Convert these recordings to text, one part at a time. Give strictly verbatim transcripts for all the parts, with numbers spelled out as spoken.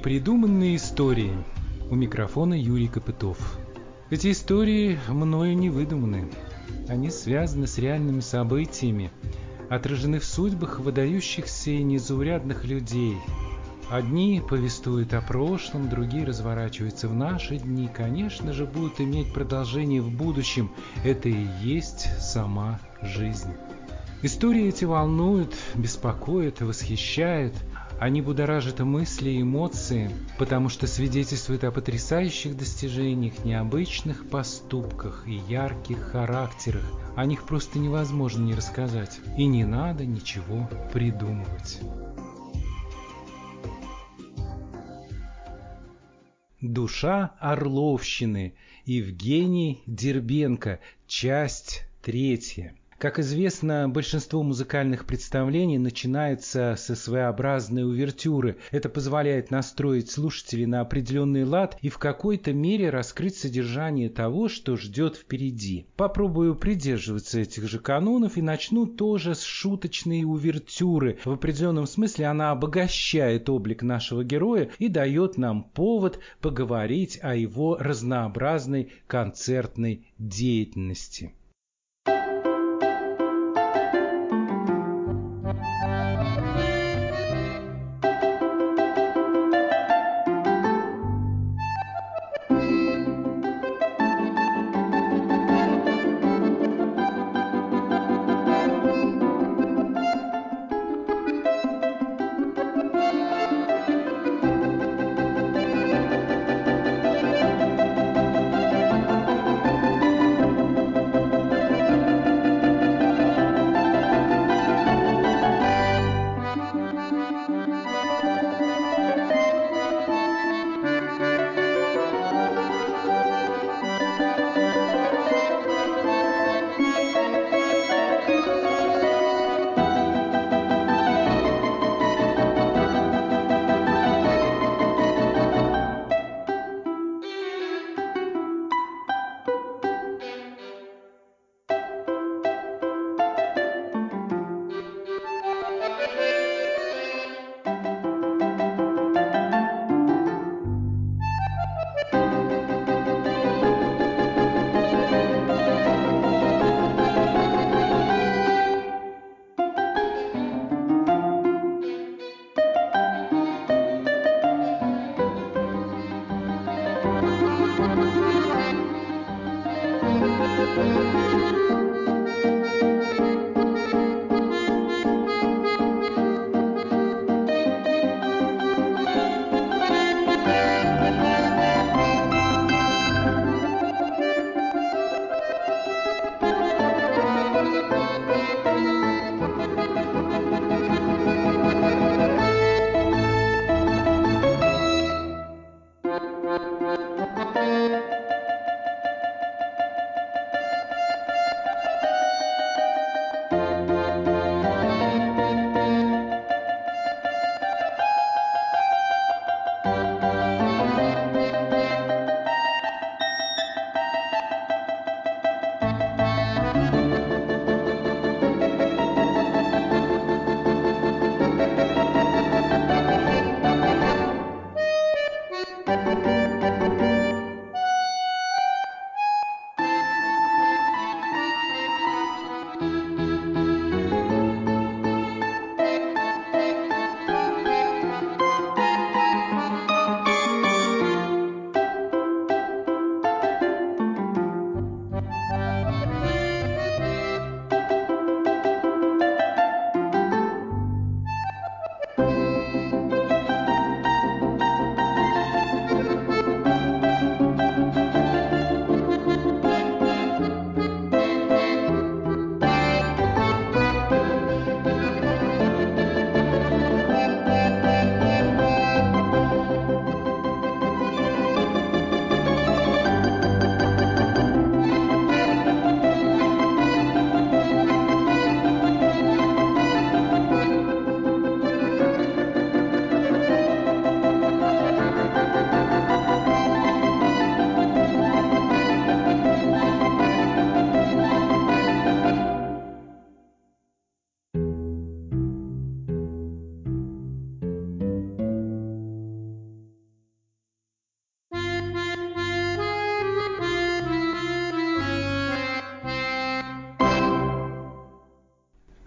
Непридуманные истории. У микрофона Юрий Копытов. Эти истории мною не выдуманы. Они связаны с реальными событиями, отражены в судьбах выдающихся и незаурядных людей. Одни повествуют о прошлом, другие разворачиваются в наши дни, конечно же, будут иметь продолжение в будущем. Это и есть сама жизнь. Истории эти волнуют, беспокоят, восхищают. Они будоражат мысли и эмоции, потому что свидетельствуют о потрясающих достижениях, необычных поступках и ярких характерах. О них просто невозможно не рассказать. И не надо ничего придумывать. Душа Орловщины. Евгений Дербенко. Часть третья. Как известно, большинство музыкальных представлений начинается со своеобразной увертюры. Это позволяет настроить слушателей на определенный лад и в какой-то мере раскрыть содержание того, что ждет впереди. Попробую придерживаться этих же канонов и начну тоже с шуточной увертюры. В определенном смысле она обогащает облик нашего героя и дает нам повод поговорить о его разнообразной концертной деятельности.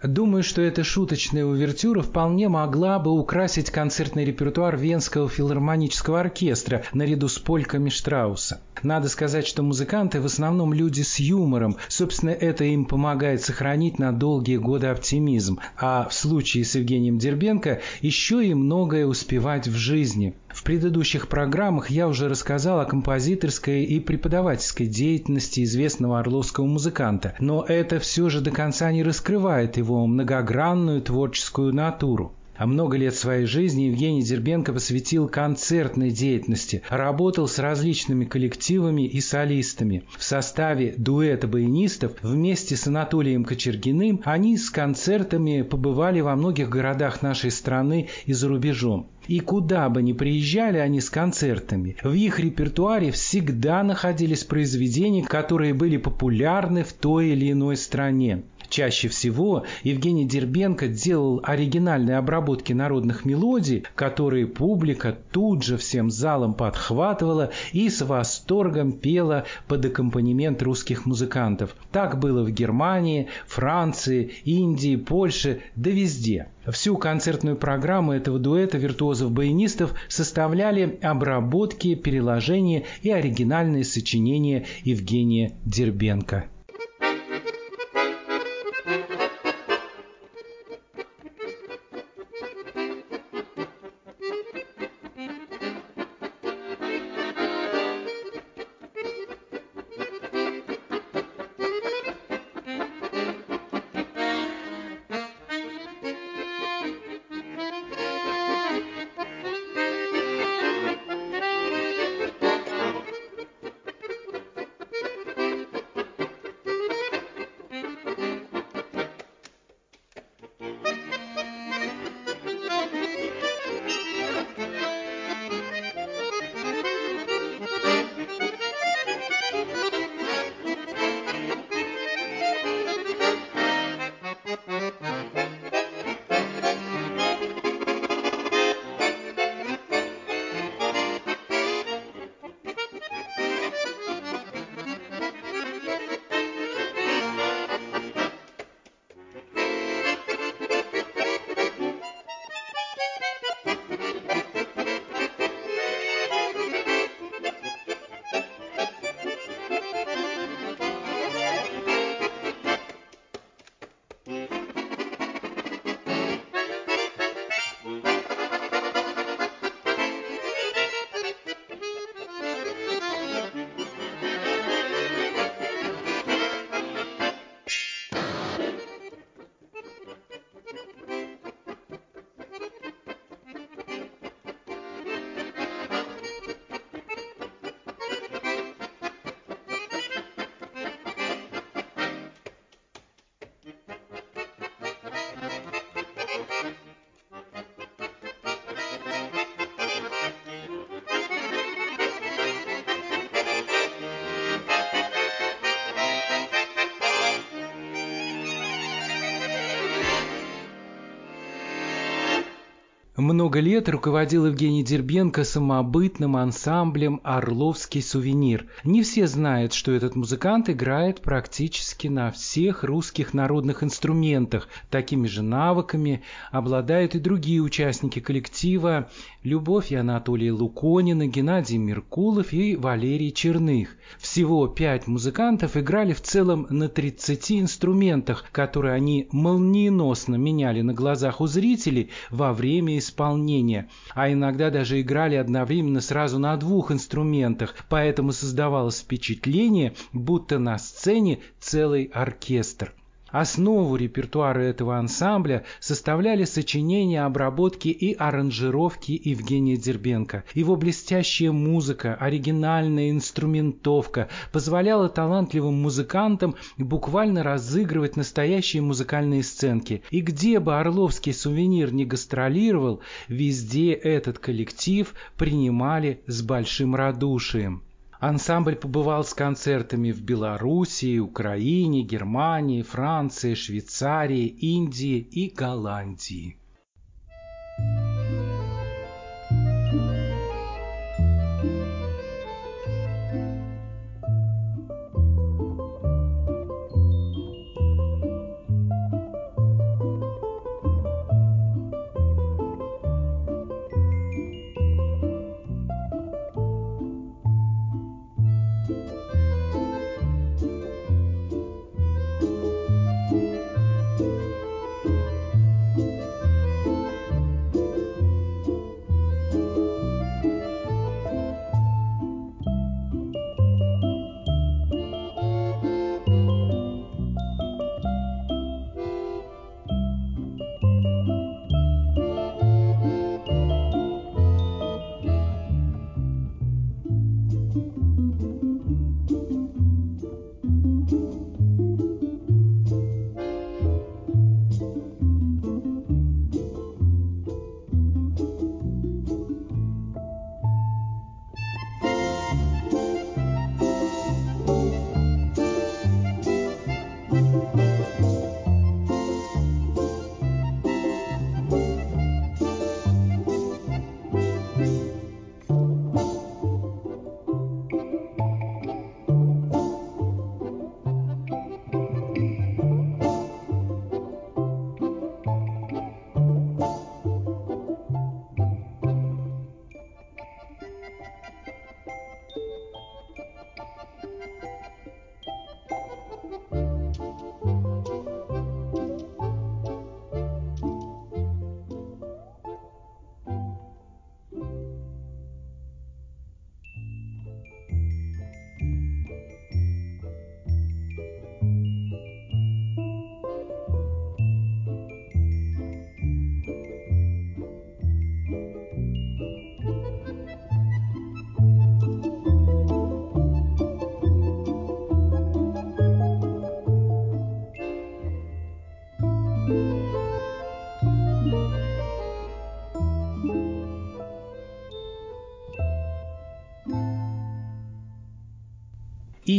Думаю, что эта шуточная увертюра вполне могла бы украсить концертный репертуар Венского филармонического оркестра наряду с польками Штрауса. Надо сказать, что музыканты в основном люди с юмором. Собственно, это им помогает сохранить на долгие годы оптимизм. А в случае с Евгением Дербенко еще и многое успевать в жизни. В предыдущих программах я уже рассказал о композиторской и преподавательской деятельности известного орловского музыканта, но это все же до конца не раскрывает его многогранную творческую натуру. А много лет своей жизни Евгений Дербенко посвятил концертной деятельности, работал с различными коллективами и солистами. В составе дуэта баянистов вместе с Анатолием Кочергиным они с концертами побывали во многих городах нашей страны и за рубежом. И куда бы ни приезжали они с концертами, в их репертуаре всегда находились произведения, которые были популярны в той или иной стране. Чаще всего Евгений Дербенко делал оригинальные обработки народных мелодий, которые публика тут же всем залом подхватывала и с восторгом пела под аккомпанемент русских музыкантов. Так было в Германии, Франции, Индии, Польше, да везде. Всю концертную программу этого дуэта виртуозов-баянистов составляли обработки, переложения и оригинальные сочинения Евгения Дербенко. Много лет руководил Евгений Дербенко самобытным ансамблем «Орловский сувенир». Не все знают, что этот музыкант играет практически на всех русских народных инструментах. Такими же навыками обладают и другие участники коллектива: Любовь и Анатолий Луконины, Геннадий Меркулов и Валерий Черных. Всего пять музыкантов играли в целом на тридцати инструментах, которые они молниеносно меняли на глазах у зрителей во время исполнения, а иногда даже играли одновременно сразу на двух инструментах, поэтому создавалось впечатление, будто на сцене целый оркестр. Основу репертуара этого ансамбля составляли сочинения, обработки и аранжировки Евгения Дербенко. Его блестящая музыка, оригинальная инструментовка позволяла талантливым музыкантам буквально разыгрывать настоящие музыкальные сценки. И где бы «Орловский сувенир» не гастролировал, везде этот коллектив принимали с большим радушием. Ансамбль побывал с концертами в Белоруссии, Украине, Германии, Франции, Швейцарии, Индии и Голландии.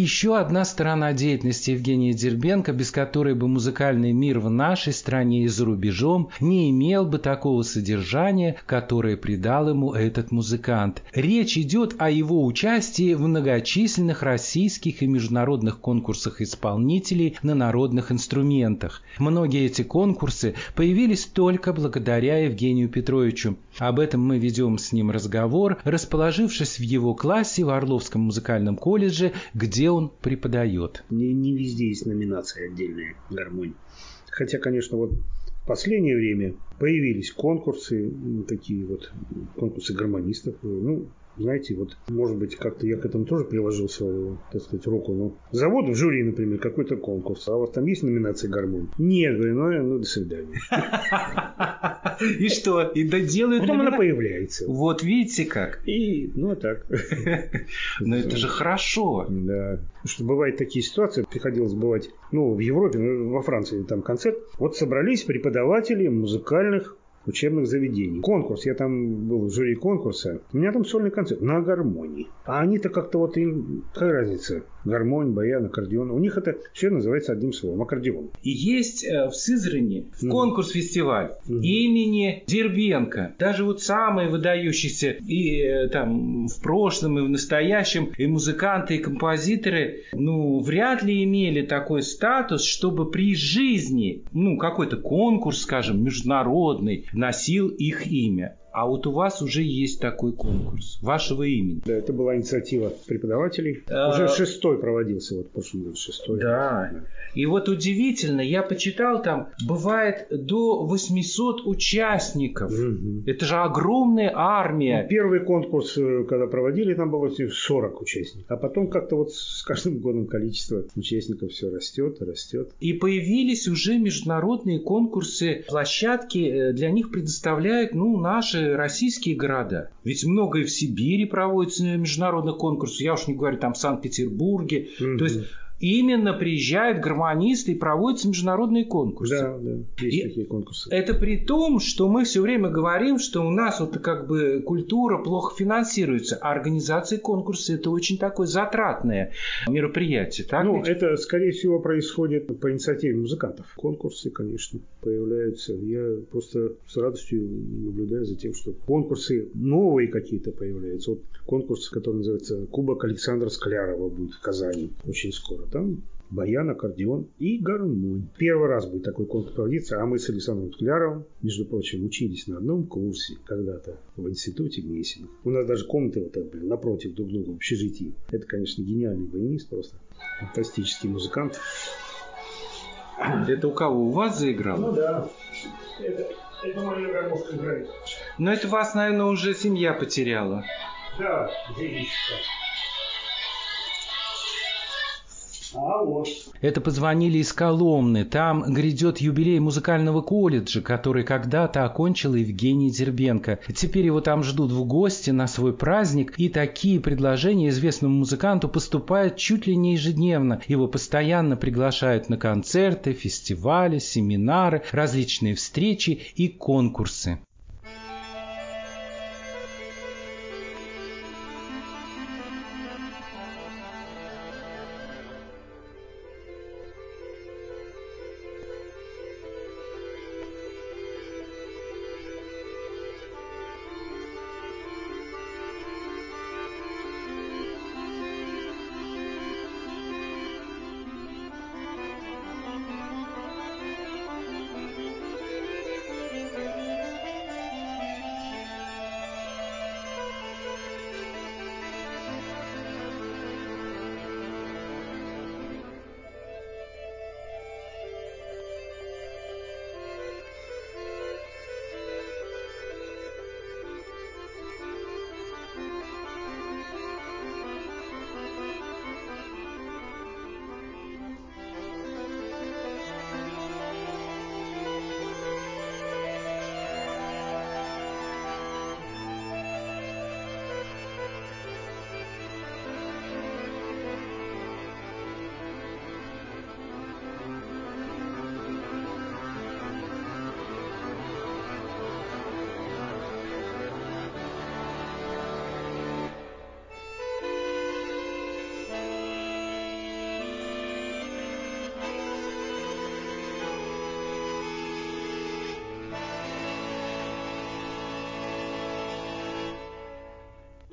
еще одна сторона деятельности Евгения Дербенко, без которой бы музыкальный мир в нашей стране и за рубежом не имел бы такого содержания, которое придал ему этот музыкант. Речь идет о его участии в многочисленных российских и международных конкурсах исполнителей на народных инструментах. Многие эти конкурсы появились только благодаря Евгению Петровичу. Об этом мы ведем с ним разговор, расположившись в его классе в Орловском музыкальном колледже, где он преподает. Не, не везде есть номинации отдельные гармонии. Хотя, конечно, вот в последнее время появились конкурсы, такие вот конкурсы гармонистов. Ну, знаете, вот, может быть, как-то я к этому тоже приложил свою, так сказать, руку. Но завод в жюри, например, какой-то конкурс, а у вас там есть номинация гармонии? Нет, говорю, ну, ну до свидания. И что? И доделают? Потом она появляется. Вот видите как. И, ну, так. Но это же хорошо. Да. Что бывают такие ситуации, приходилось бывать, ну, в Европе, ну, во Франции там концерт. Вот собрались преподаватели музыкальных учебных заведений. Конкурс. Я там был в жюри конкурса. У меня там сольный концерт на гармонии. А они-то как-то вот им... Какая разница? Гармонь, баян, аккордеон. У них это все называется одним словом. Аккордеон. И есть в Сызрани mm-hmm. конкурс-фестиваль mm-hmm. имени Дербенко. Даже вот самые выдающиеся и там в прошлом, и в настоящем, и музыканты, и композиторы, ну, вряд ли имели такой статус, чтобы при жизни, ну, какой-то конкурс, скажем, международный, носил их имя. А вот у вас уже есть такой конкурс вашего имени. Да, это была инициатива преподавателей. А... Уже шестой проводился, вот в прошлом году шестой. Да. да. И вот удивительно, я почитал, там бывает до восьмисот участников. Угу. Это же огромная армия. Ну, первый конкурс, когда проводили, там было сорок участников. А потом как-то вот с каждым годом количество участников все растет, растет. И появились уже международные конкурсы, площадки для них предоставляют, ну, наши российские города. Ведь много и в Сибири проводится международных конкурсов. Я уж не говорю там в Санкт-Петербурге. Mm-hmm. То есть именно приезжают гармонисты и проводятся международные конкурсы. Да, да, есть и такие конкурсы. Это при том, что мы все время говорим, что у нас вот как бы культура плохо финансируется, а организация конкурса это очень такое затратное мероприятие. Так ну, ведь? Это, скорее всего, происходит по инициативе музыкантов. Конкурсы, конечно, появляются. Я просто с радостью наблюдаю за тем, что конкурсы новые какие-то появляются. Вот конкурс, который называется «Кубок Александра Склярова» будет в Казани очень скоро. Там баян, аккордеон и гармонь. Первый раз будет такой конкурс проводиться, а мы с Александром Скляровым, между прочим, учились на одном курсе когда-то в институте Гнесиных. У нас даже комнаты вот так, блин, напротив друг друга в общежитии. Это, конечно, гениальный баянист просто. Фантастический музыкант. Это у кого? У вас заиграл? Ну да. Это, это моя гармошка играет. Но это вас, наверное, уже семья потеряла. Да, девичка. А вот. Это позвонили из Коломны. Там грядет юбилей музыкального колледжа, который когда-то окончил Евгений Дербенко. Теперь его там ждут в гости на свой праздник, и такие предложения известному музыканту поступают чуть ли не ежедневно. Его постоянно приглашают на концерты, фестивали, семинары, различные встречи и конкурсы.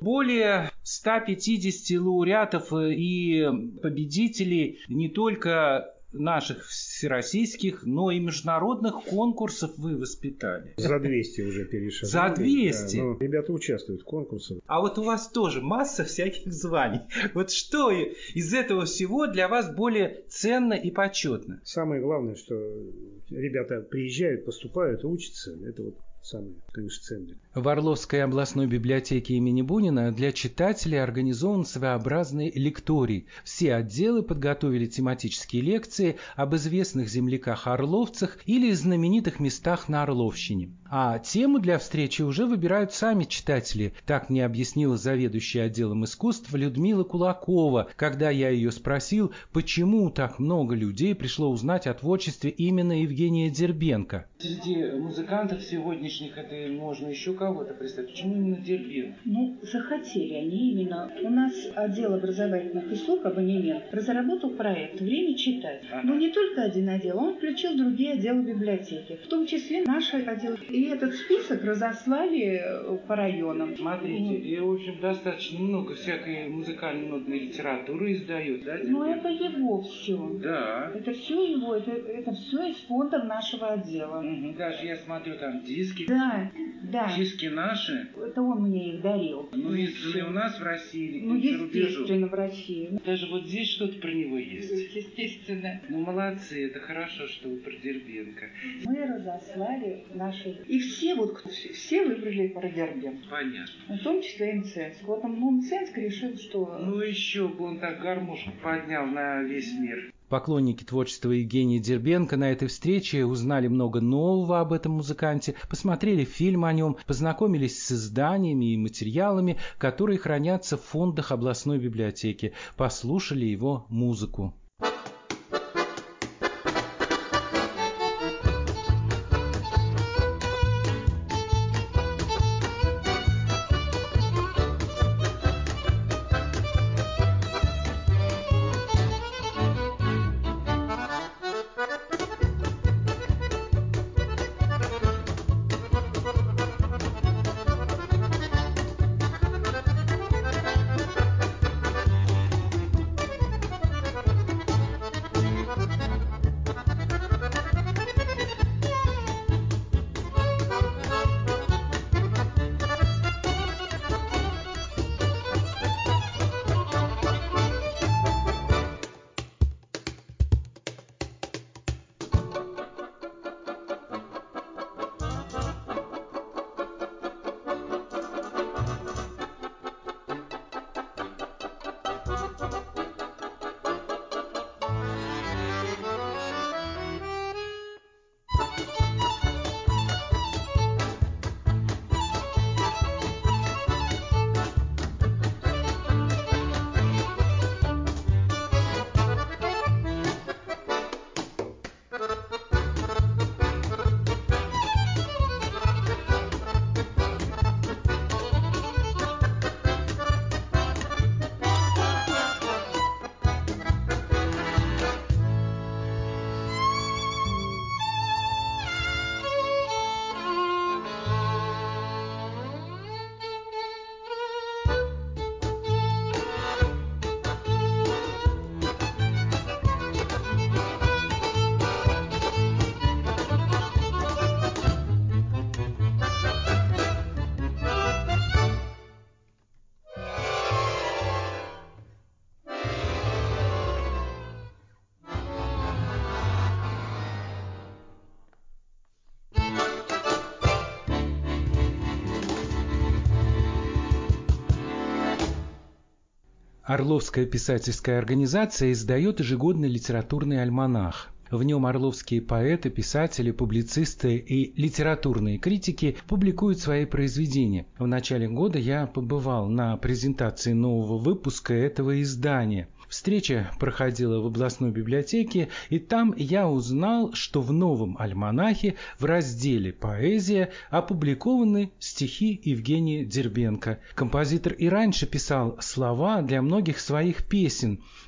Более ста пятидесяти лауреатов и победителей не только наших всероссийских, но и международных конкурсов вы воспитали. За двести уже перешли. За двести? Да, но ребята участвуют в конкурсах. А вот у вас тоже масса всяких званий. Вот что из этого всего для вас более ценно и почетно? Самое главное, что ребята приезжают, поступают, учатся. Это вот самое, конечно, ценное. В Орловской областной библиотеке имени Бунина для читателей организован своеобразный лекторий. Все отделы подготовили тематические лекции об известных земляках-орловцах или знаменитых местах на Орловщине. А тему для встречи уже выбирают сами читатели. Так мне объяснила заведующая отделом искусств Людмила Кулакова, когда я ее спросил, почему так много людей пришло узнать о творчестве именно Евгения Дербенко. Среди музыкантов сегодняшних это можно еще кого-то представить. Почему именно Дербенко? Ну, захотели они именно. У нас отдел образовательных услуг, абонемент, разработал проект «Время читать». Ага. Но не только один отдел, он включил другие отделы библиотеки, в том числе наши отделы. И этот список разослали по районам. Смотрите, и, в общем, достаточно много всякой музыкальной нотной литературы издают, да? Ну, это его все. Да. Это все его, это, это все из фондов нашего отдела. Угу, даже я смотрю, там диски. Да, да. Диски наши. Это он мне их дарил. Ну, изданные у нас в России или ну, за рубежом? Естественно, в России. Даже вот здесь что-то про него есть. Естественно. Ну, молодцы, это хорошо, что вы про Дербенко. Мы разослали наши... И все вот, все выбрали про Дербенко. Понятно. В том числе и Мценск. Вот он, ну, Мценск решил, что... Ну, еще бы он так гармошку поднял на весь мир. Поклонники творчества Евгения Дербенко на этой встрече узнали много нового об этом музыканте, посмотрели фильм о нем, познакомились с изданиями и материалами, которые хранятся в фондах областной библиотеки, послушали его музыку. Орловская писательская организация издает ежегодный литературный альманах. В нем орловские поэты, писатели, публицисты и литературные критики публикуют свои произведения. В начале года я побывал на презентации нового выпуска этого издания. Встреча проходила в областной библиотеке, и там я узнал, что в новом альманахе в разделе «Поэзия» опубликованы стихи Евгения Дербенко. Композитор и раньше писал слова для многих своих песен,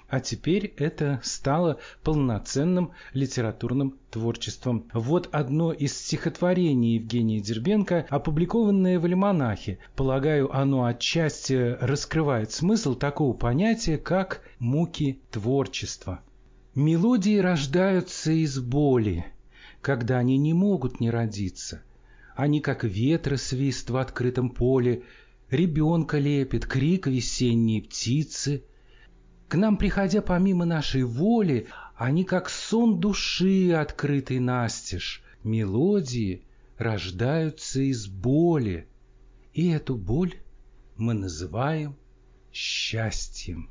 А теперь это стало полноценным литературным творчеством. Вот одно из стихотворений Евгения Дербенко, опубликованное в «Альманахе». Полагаю, оно отчасти раскрывает смысл такого понятия, как «муки творчества». Мелодии рождаются из боли, когда они не могут не родиться. Они, как ветра свист в открытом поле, ребенка лепит, крик весенней птицы. К нам, приходя помимо нашей воли, они, как сон души, открытый настежь. Мелодии рождаются из боли, и эту боль мы называем счастьем.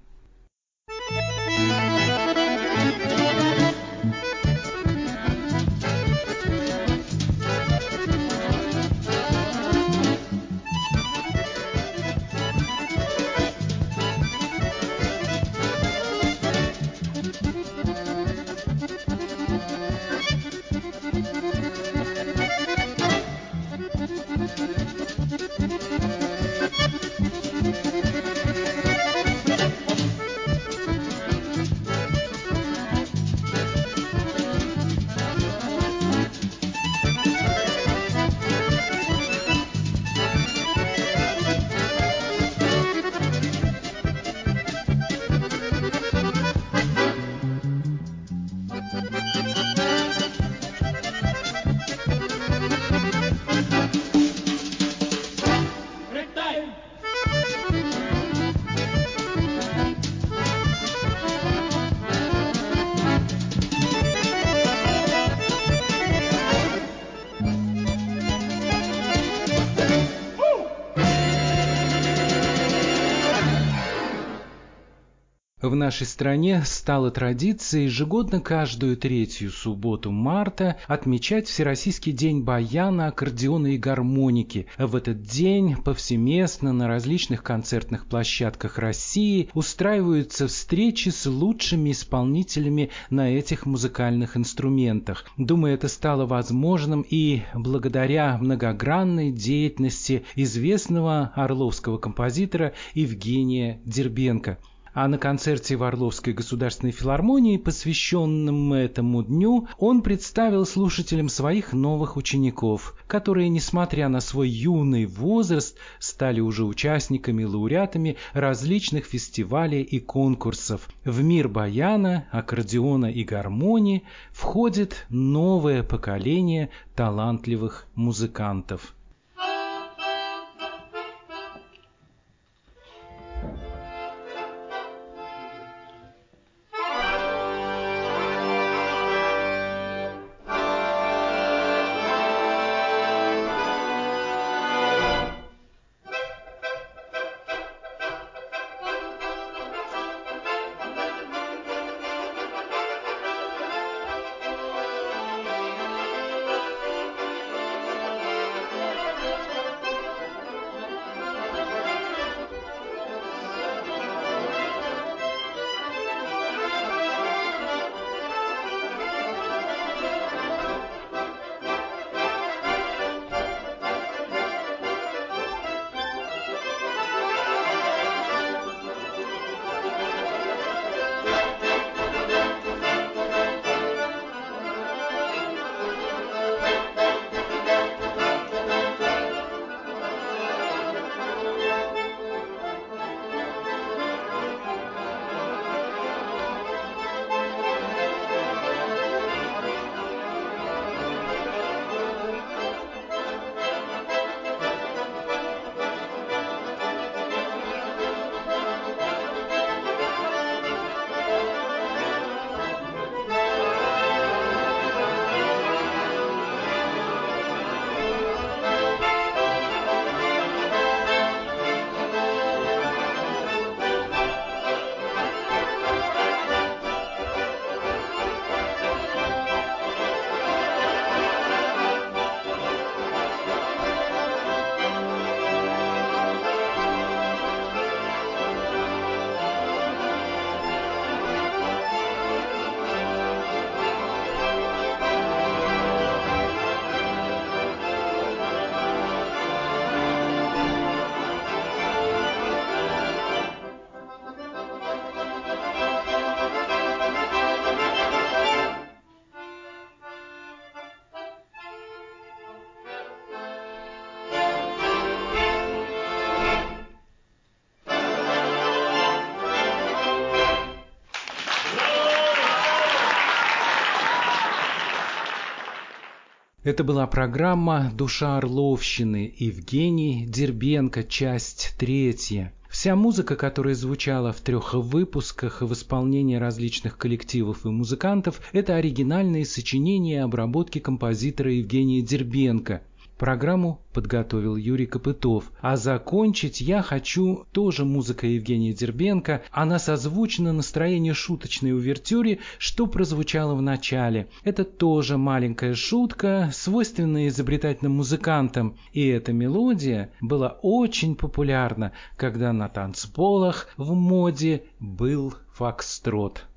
В нашей стране стало традицией ежегодно каждую третью субботу марта отмечать Всероссийский день баяна, аккордеона и гармоники. В этот день повсеместно на различных концертных площадках России устраиваются встречи с лучшими исполнителями на этих музыкальных инструментах. Думаю, это стало возможным и благодаря многогранной деятельности известного орловского композитора Евгения Дербенко. А на концерте в Орловской государственной филармонии, посвященном этому дню, он представил слушателям своих новых учеников, которые, несмотря на свой юный возраст, стали уже участниками, лауреатами различных фестивалей и конкурсов. В мир баяна, аккордеона и гармонии входит новое поколение талантливых музыкантов. Это была программа «Душа Орловщины», Евгений Дербенко, часть третья. Вся музыка, которая звучала в трех выпусках в исполнении различных коллективов и музыкантов, это оригинальные сочинения и обработки композитора Евгения Дербенко. Программу подготовил Юрий Копытов. А закончить я хочу тоже музыкой Евгения Дербенко. Она созвучна настроению шуточной увертюре, что прозвучало в начале. Это тоже маленькая шутка, свойственная изобретательным музыкантам. И эта мелодия была очень популярна, когда на танцполах в моде был фокстрот.